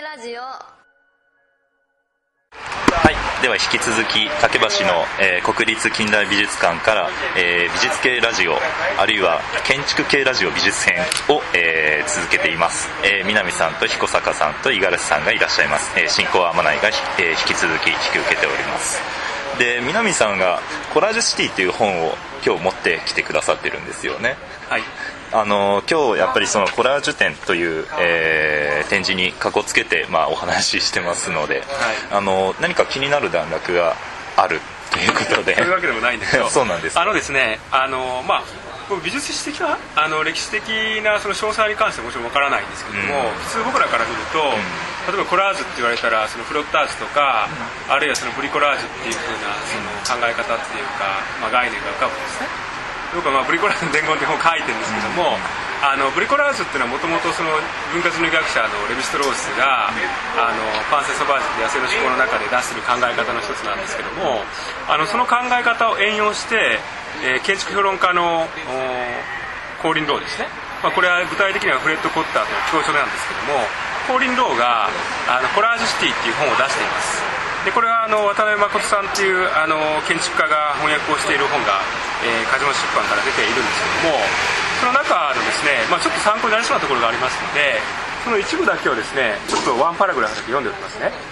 ラジオ。 はい、では引き続き竹橋の、国立近代美術館から、美術系ラジオあるいは建築系ラジオ美術編を、続けています。南さんと彦坂さんと五十嵐さんがいらっしゃいます。進行は天内が、引き続き引き受けております。で、南さんがコラージュシティという本を今日持ってきてくださってるんですよね。 はい。 今日やっぱりそのコラージュ展という、展示にかこつけて、お話ししてますので、はい、何か気になる段落があるということで。 そういうわけでもないんですけどそうなんです。 ですね、美術史的な歴史的なその詳細に関してはもちろんわからないんですけども、普通僕らから見ると、例えばコラージュって言われたらそのフロッタージュとか、あるいはそのブリコラージュっていう風なその考え方っていうか、概念が浮かぶんですね。僕はブリコラージュの伝言って本を書いてるんですけども、ブリコラージュっていうのはもともとその文化人類学者のレヴィストロースがパンセ・ソバージュって野生の思考の中で出している考え方の一つなんですけども、その考え方を援用して、建築評論家のコーリン・ローですね、これは具体的にはフレッド・コッターとの教書なんですけども、コーリン・ローがコラージュシティっていう本を出しています。でこれは渡辺誠さんという建築家が翻訳をしている本が、梶本出版から出ているんですけども、その中のですね、ちょっと参考になりそうなところがありますので、その一部だけをですね、ちょっとワンパラグラフだけ読んでおきますね。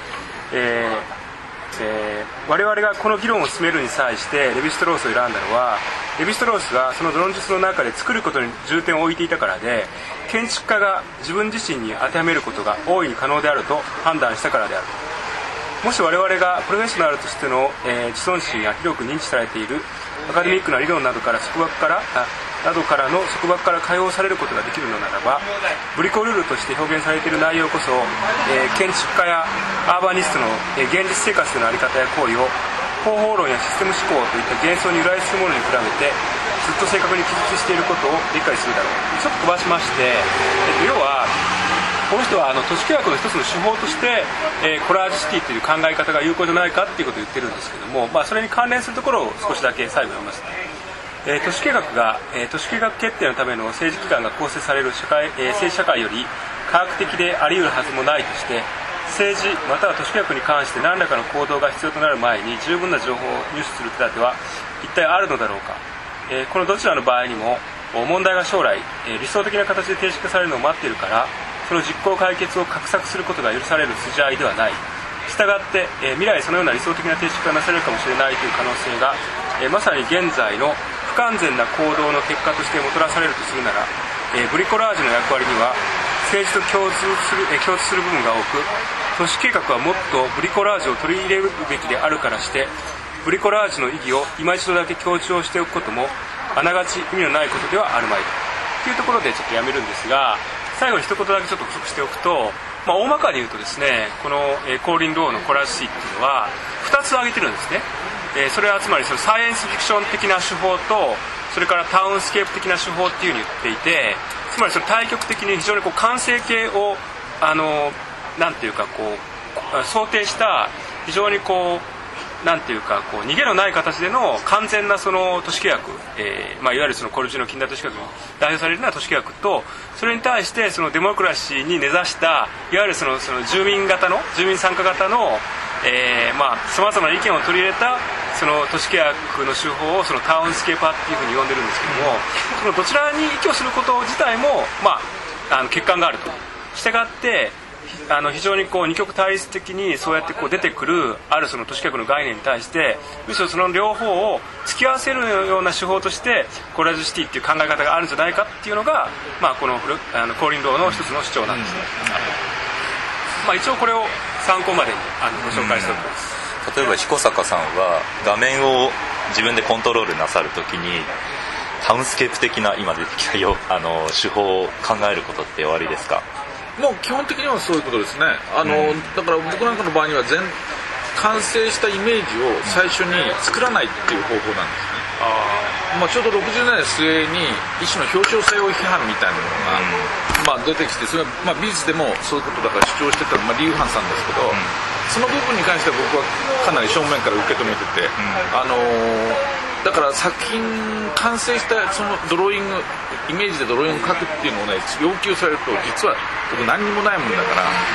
我々がこの議論を進めるに際してレヴィストロースを選んだのは、レヴィストロースがその論述の中で作ることに重点を置いていたからで、建築家が自分自身に当てはめることが大いに可能であると判断したからである。もし我々がプロフェッショナルとしての、自尊心や広く認知されているアカデミックな理論などからの束縛から解放されることができるのならば、ブリコルールとして表現されている内容こそ、建築家やアーバニストの、現実生活での在り方や行為を方法論やシステム思考といった幻想に由来するものに比べてずっと正確に記述していることを理解するだろう。ちょっと飛ばしまして、要はこの人は都市計画の一つの手法として、コラージュシティという考え方が有効じゃないかということを言ってるんですけども、それに関連するところを少しだけ最後に言います。都市計画が、都市計画決定のための政治機関が構成される政治社会より科学的であり得るはずもないとして、政治または都市計画に関して何らかの行動が必要となる前に十分な情報を入手する手立ては一体あるのだろうか。このどちらの場合にも問題が将来、理想的な形で定式化されるのを待っているから、その実行解決を画策することが許される筋合いではない。したがって、未来そのような理想的な定式化がなされるかもしれないという可能性が、まさに現在の不完全な行動の結果としてもたらされるとするなら、ブリコラージュの役割には政治と共通する部分が多く、都市計画はもっとブリコラージュを取り入れるべきであるからして、ブリコラージュの意義を今一度だけ強調しておくこともあながち意味のないことではあるまいというところでちょっとやめるんですが、最後に一言だけちょっと補足しておくと、大まかに言うとですね、この、コーリン・ローのコラージュシティっていうのは2つ挙げてるんですね。それはつまりそのサイエンスフィクション的な手法と、それからタウンスケープ的な手法っていうふうに言っていて、つまりその対極的に非常に完成形をなんていうか想定した非常になんていうか逃げのない形での完全なその都市計画、いわゆるそのコルビュジエの近代都市計画に代表されるような都市計画と、それに対してそのデモクラシーに根ざしたいわゆるその住民参加型のさまざまな意見を取り入れたその都市計画の手法をそのタウンスケーパーっていうふうに呼んでるんですけども、そのどちらに依拠すること自体も欠陥があると。したがって非常に二極対立的にそうやって出てくるあるその都市計画の概念に対して、むしろその両方を突き合わせるような手法としてコラージュシティっていう考え方があるんじゃないかっていうのが、このコーリン・ローの一つの主張なんですね。一応これを参考までにご紹介しておきます。 例えば彦坂さんは画面を自分でコントロールなさるときにタウンスケープ的な今出てきた手法を考えることっておありですか？ もう基本的にはそういうことですね。だから僕なんかの場合には完成したイメージを最初に作らないっていう方法なんですね。ちょうど60年代末に一種の表彰作用批判みたいなものが、出てきて、それは美術でもそういうことだから主張してたのは、リュウハンさんですけど、その部分に関しては僕はかなり正面から受け止めてて、だから作品完成したそのドローイングイメージでドローイングを描くっていうのをね要求されると、実は僕何にもないもんだから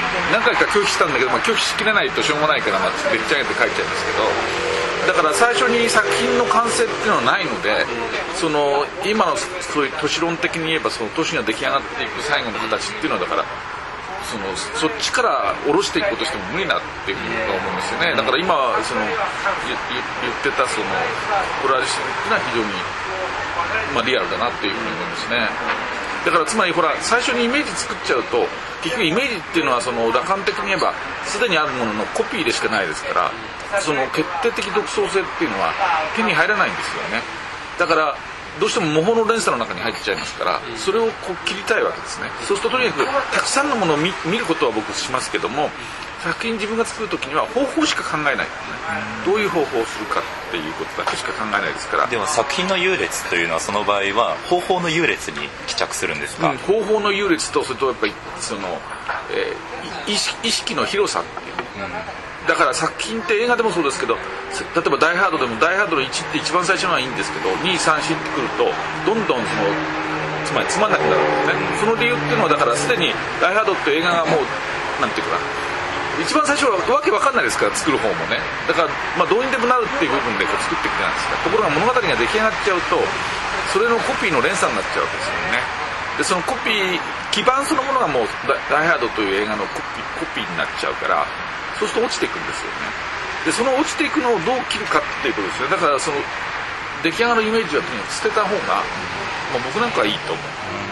何回か拒否したんだけど、拒否しきれないとしょうがないから、でっち上げて書いちゃいますけど、だから最初に作品の完成っていうのはないので、今のそういう都市論的に言えばその都市が出来上がっていく最後の形っていうのはだからそっちから下ろしていくことしても無理だっていうふうに思うんですよね。だから今言ってたコラージュっていうのは非常に、リアルだなっていうふうに思いますね。だからつまりほら最初にイメージ作っちゃうと結局イメージっていうのは羅漢的に言えばすでにあるもののコピーでしかないですから、決定的独創性っていうのは手に入らないんですよね。だからどうしても模倣の連鎖の中に入っちゃいますから、それを切りたいわけですね。そうするととにかくたくさんのものを 見ることは僕しますけども、作品自分が作るときには方法しか考えないですね。どういう方法をするかっていうことだけしか考えないですから。 でも作品の優劣というのはその場合は方法の優劣に帰着するんですか？ 方法の優劣とそれとやっぱり意識の広さっていう、だから作品って映画でもそうですけど、例えばダイハードでもダイハードの1って一番最初のはいいんですけど、2、3、4ってくるとどんどんつまりつまんなくなるんですね。その理由っていうのはだからすでにダイハードって映画がもうなんていうかな、一番最初はわけわかんないですから作る方もね。だからどうにでもなるっていう部分で作ってきてないんですが、ところが物語が出来上がっちゃうとそれのコピーの連鎖になっちゃうわけですよね。でそのコピー基盤そのものがもうダイハードという映画のコピーになっちゃうから、そうすると落ちていくんですよね。でその落ちていくのをどう切るかっていうことですよ。だから出来上がるイメージはとにかく捨てた方が、僕なんかはいいと思う。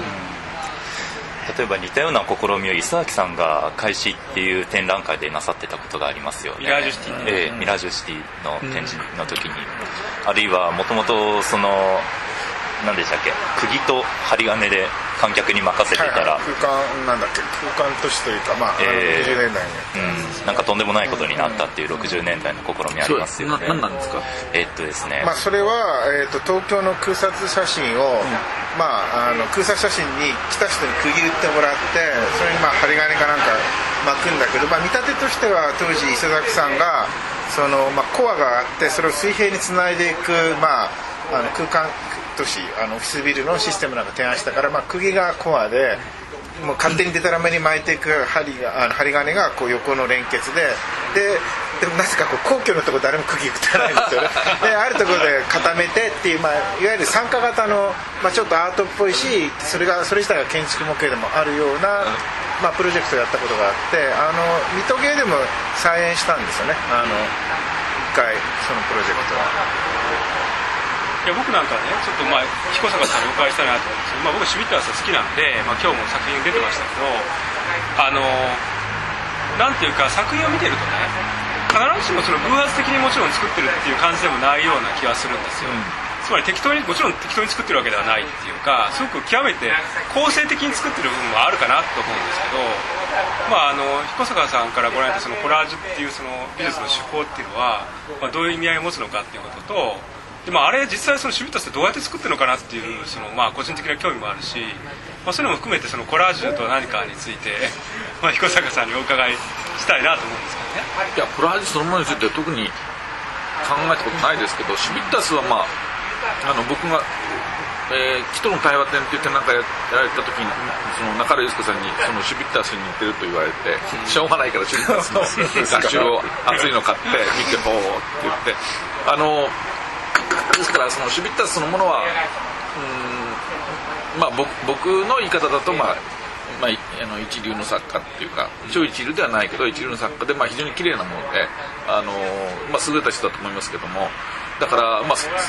例えば似たような試みを磯崎さんが開始っていう展覧会でなさってたことがありますよね。 ミラージュシティ、 ミラージュシティの展示の時に、あるいはもともと何でしたっけ、釘と針金で観客に任せてたら、 空間都市というか、60年代に、 なんかとんでもないことになったっていう60年代の試みありますよね。 何なんですか？ ですね、 それは、東京の空撮写真を、空撮写真に来た人に釘打ってもらって、それに針金かなんか巻くんだけど、見立てとしては当時磯崎さんがコアがあって、それを水平につないでいく、空間都市オフィスビルのシステムなんか提案したから、釘がコアでもう勝手にデタラメに巻いていく針金が横の連結でもなぜか皇居のところ誰も釘打ってないんですよね。であるところで固めてっていう、いわゆる参加型の、ちょっとアートっぽいし、それ自体が建築模型でもあるような、プロジェクトをやったことがあって、水戸芸でも再演したんですよね、一回そのプロジェクトは。 僕なんかね、ちょっと彦坂さんにお伺いしたいなと思うんですけど、僕シュミッターさん好きなので、今日も作品出てましたけど、なんていうか作品を見てるとね、必ずしも偶発的にもちろん作ってるっていう感じでもないような気がするんですよ。つまりもちろん適当に作ってるわけではないっていうか、すごく極めて構成的に作ってる部分もあるかなと思うんですけど、彦坂さんからご覧になってコラージュっていう美術の手法っていうのは、どういう意味合いを持つのかっていうことと、あれ実際シュミッターってどうやって作ってるのかなっていう個人的な興味もあるし、そういうのも含めてコラージュとは何かについて彦坂さんにお伺いしたいなと思うんですけどね。 いや、コラージュそのものについては特に考えたことないですけど、シュミッタースは僕が木との対話展っていう展覧会やられた時に中原裕介さんにシュミッタースに似てると言われて、しょうがないからシュミッタースの画集を熱いの買って見てほーって言って、ですからシュミッタースそのものは僕の言い方だと一流の作家っていうか、超一流ではないけど一流の作家で、非常に綺麗なもので優れた人だと思いますけども、だから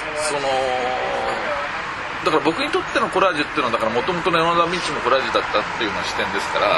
だから僕にとってのコラージュっていうのはもともとレオナルド・ダ・ヴィンチのコラージュだったっていうような視点ですから、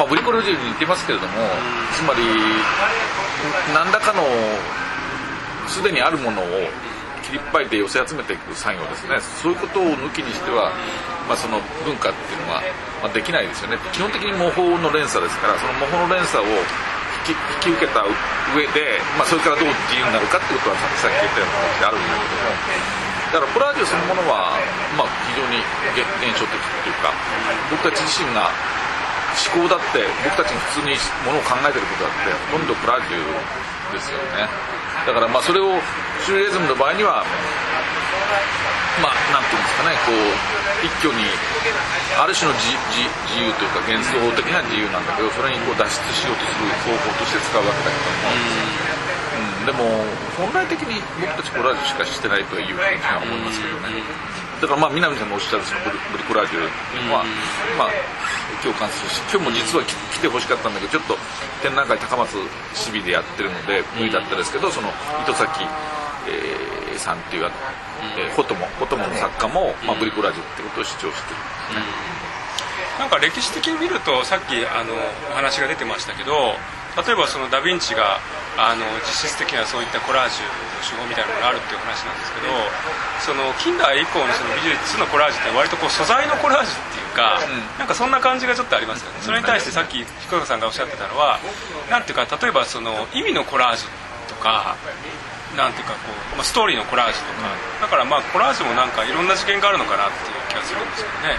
ブリコロジーに似てますけれども、つまり何らかのすでにあるものを切りっぱいて寄せ集めていく作業ですね。そういうことを抜きにしては、その文化っていうのは、できないですよね。基本的に模倣の連鎖ですから、その模倣の連鎖を引き受けた上で、それからどう自由になるかっていうことはさっき言ったような形であるんだけども、だからコラージュそのものは、非常に現象的っていうか、僕たち自身が思考だって僕たちが普通にものを考えてることだってほとんどコラージュですよね。だからそれをシュリエリズムの場合にはなんていうんですかね、こう一挙にある種の自由というか幻想的な自由なんだけど、それにこう脱出しようとする方法として使うわけだけども、でも本来的に僕たちコラージュしかしてないというふうには思いますけどね。だから南さんもおっしゃるそのブリコラージュっていうのは、共感するし、今日も実は来てほしかったんだけど、ちょっと展覧会高松市美でやってるので無理だったですけど、その糸崎、さんっていうホトモの作家も、ブリコラージュってことを主張してるんですね。 なんか歴史的に見ると、さっきお話が出てましたけど、例えばそのダ・ヴィンチが実質的なそういったコラージュの手法みたいなのがあるっていう話なんですけど、その近代以降のその美術のコラージュって割とこう素材のコラージュっていうか、なんかそんな感じがちょっとありますよね。それに対してさっき彦坂さんがおっしゃってたのは、なんていうか、例えばその意味のコラージュとか、なんていうかこう、ストーリーのコラージュとか、だからコラージュもなんかいろんな次元があるのかなっていう気がするんですけどね。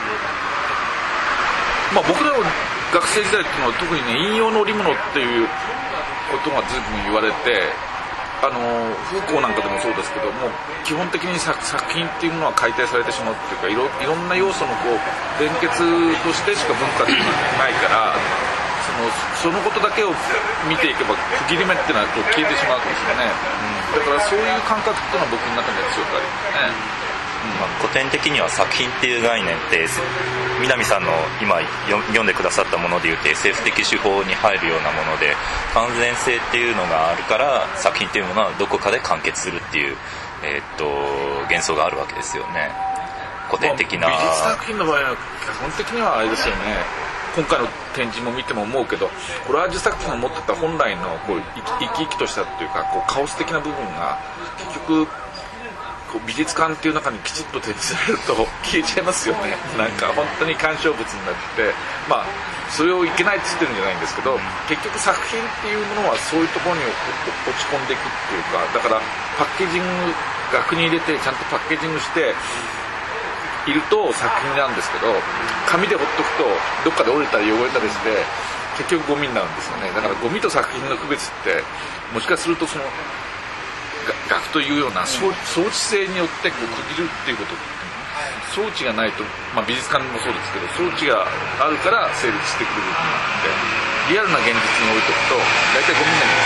僕らの学生時代っていうのは特にね、引用の織物っていうことが随分言われて、フーコーなんかでもそうですけども、基本的に作品っていうものは解体されてしまうっていうか、いろんな要素のこう連結としてしか文化っていうのはないから、そのことだけを見ていけば区切り目っていうのはこう消えてしまうんですよね。だからそういう感覚っていうのは僕の中には強くありますね。 古典的には作品っていう概念って南さんの今読んでくださったものでいうと SF 的手法に入るようなもので、完全性っていうのがあるから作品っていうものはどこかで完結するっていう、幻想があるわけですよね。古典的な、 美術作品の場合は基本的にはあれですよね。今回の展示も見ても思うけど、コラージュ作品が持ってた本来のこう生き生きとしたっていうか、こうカオス的な部分が結局美術館っていう中にきちっと展示されると消えちゃいますよね。なんか本当に鑑賞物になって、それをいけないって言ってるんじゃないんですけど、結局作品っていうものはそういうところに落ち込んでいくっていうか、だからパッケージング額に入れてちゃんとパッケージングしていると作品なんですけど、紙でほっとくとどっかで折れたり汚れたりして結局ゴミになるんですよね。だからゴミと作品の区別ってもしかするとその額というような装置性によってこう区切るっていうこと、装置がないと、美術館もそうですけど、装置があるから成立してくる部分があって、リアルな現実に置いとくと大体ゴミになり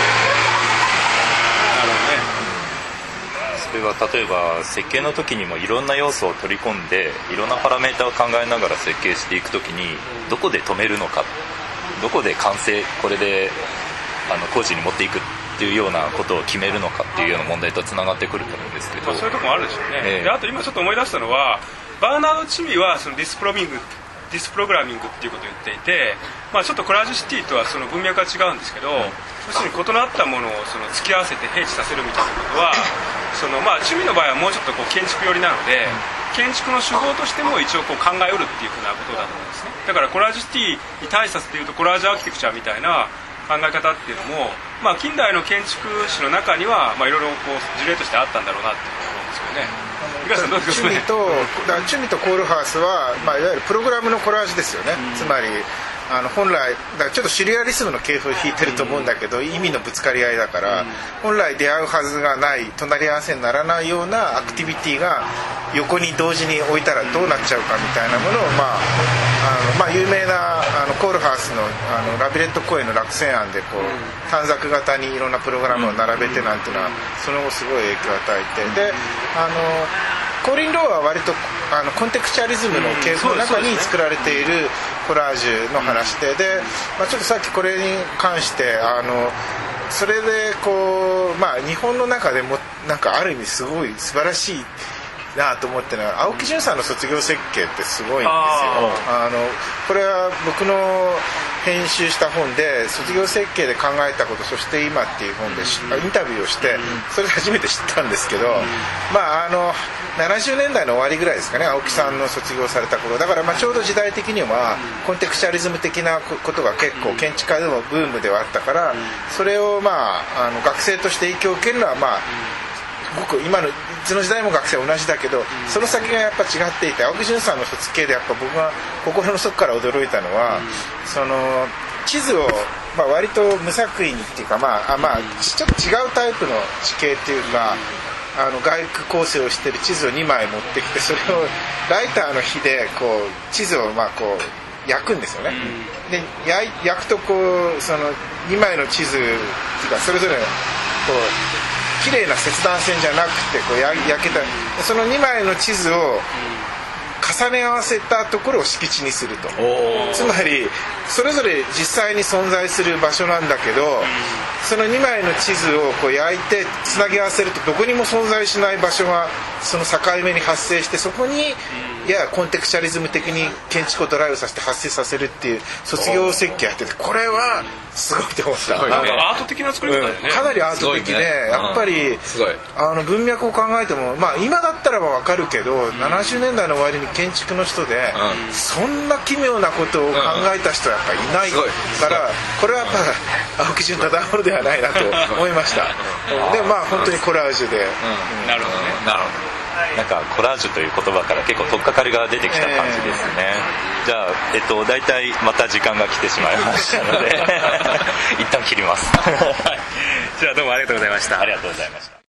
ますよね。 それは例えば設計の時にもいろんな要素を取り込んでいろんなパラメータを考えながら設計していく時にどこで止めるのか、どこで完成これで工事に持っていくっていうようなことを決めるのかっていうような問題とつながってくると思うんですけど、 そういうところもあるでしょうね。であと今ちょっと思い出したのは、バーナード・チミはそのディスプログラミングっていうことを言っていて、ちょっとコラージュシティとはその文脈が違うんですけど、要するに異なったものをその突き合わせて併致させるみたいなことは、チミの場合はもうちょっとこう建築寄りなので、建築の手法としても一応こう考えうるっていうふうなことだと思うんですね。だからコラージュシティに対して言うとコラージュアーキテクチャみたいな考え方っていうのも、近代の建築史の中にはいろいろこう事例としてあったんだろうなって思うんですよね。東さんどうですかね。 チュミとコールハウスは、いわゆるプログラムのコラージュですよね。つまり本来ちょっとシュリアリスムの系譜を引いてると思うんだけど、意味のぶつかり合いだから、本来出会うはずがない隣り合わせにならないようなアクティビティが横に同時に置いたらどうなっちゃうかみたいなものを、有名なコールハウスのラビレット公園の落選案でこう短冊型にいろんなプログラムを並べてなんていうのはその後すごい影響を与えて、でコーリン・ローは割とコンテクチュアリズムの系譜の中に作られているコラージュの話で、ちょっとさっきこれに関してそれでこう、日本の中でもなんかある意味すごい素晴らしいなと思ってのは、青木淳さんの卒業設計ってすごいんですよ。これは僕の編集した本で卒業設計で考えたことそして今っていう本でインタビューをしてそれで初めて知ったんですけど、70年代の終わりぐらいですかね、青木さんの卒業された頃だから、ちょうど時代的にはコンテクチュアリズム的なことが結構建築家でもブームではあったから、それを学生として影響を受けるのは僕今のいつの時代も学生は同じだけど、その先がやっぱ違っていて、青木淳さんの卒系でやっぱ僕が心の底から驚いたのは、その地図を割と無作為にっていうか、ちょっと違うタイプの地形っていうか、外区構成をしている地図を2枚持ってきて、それをライターの火でこう地図をこう焼くんですよね。で焼くとこうその2枚の地図がそれぞれこう綺麗な切断線じゃなくてこう焼けた、その2枚の地図を重ね合わせたところを敷地にすると。つまりそれぞれ実際に存在する場所なんだけど、その2枚の地図をこう焼いてつなぎ合わせるとどこにも存在しない場所がその境目に発生して、そこにややコンテクチャリズム的に建築をドライブさせて発生させるっていう卒業設計やってて、これはすごいと思った。 なんかアート的な作り方だよね。 かなりアート的で、やっぱり文脈を考えても、今だったらば分かるけど、70年代の終わりに建築の人で、そんな奇妙なことを考えた人はやっぱりいないから、これはやっぱ青木淳忠治ではないなと思いました。で本当にコラージュで、 なるほどね。 なんかコラージュという言葉から結構取っかかりが出てきた感じですね。じゃあ大体また時間が来てしまいましたので一旦切ります。 じゃあどうもありがとうございました。 ありがとうございました。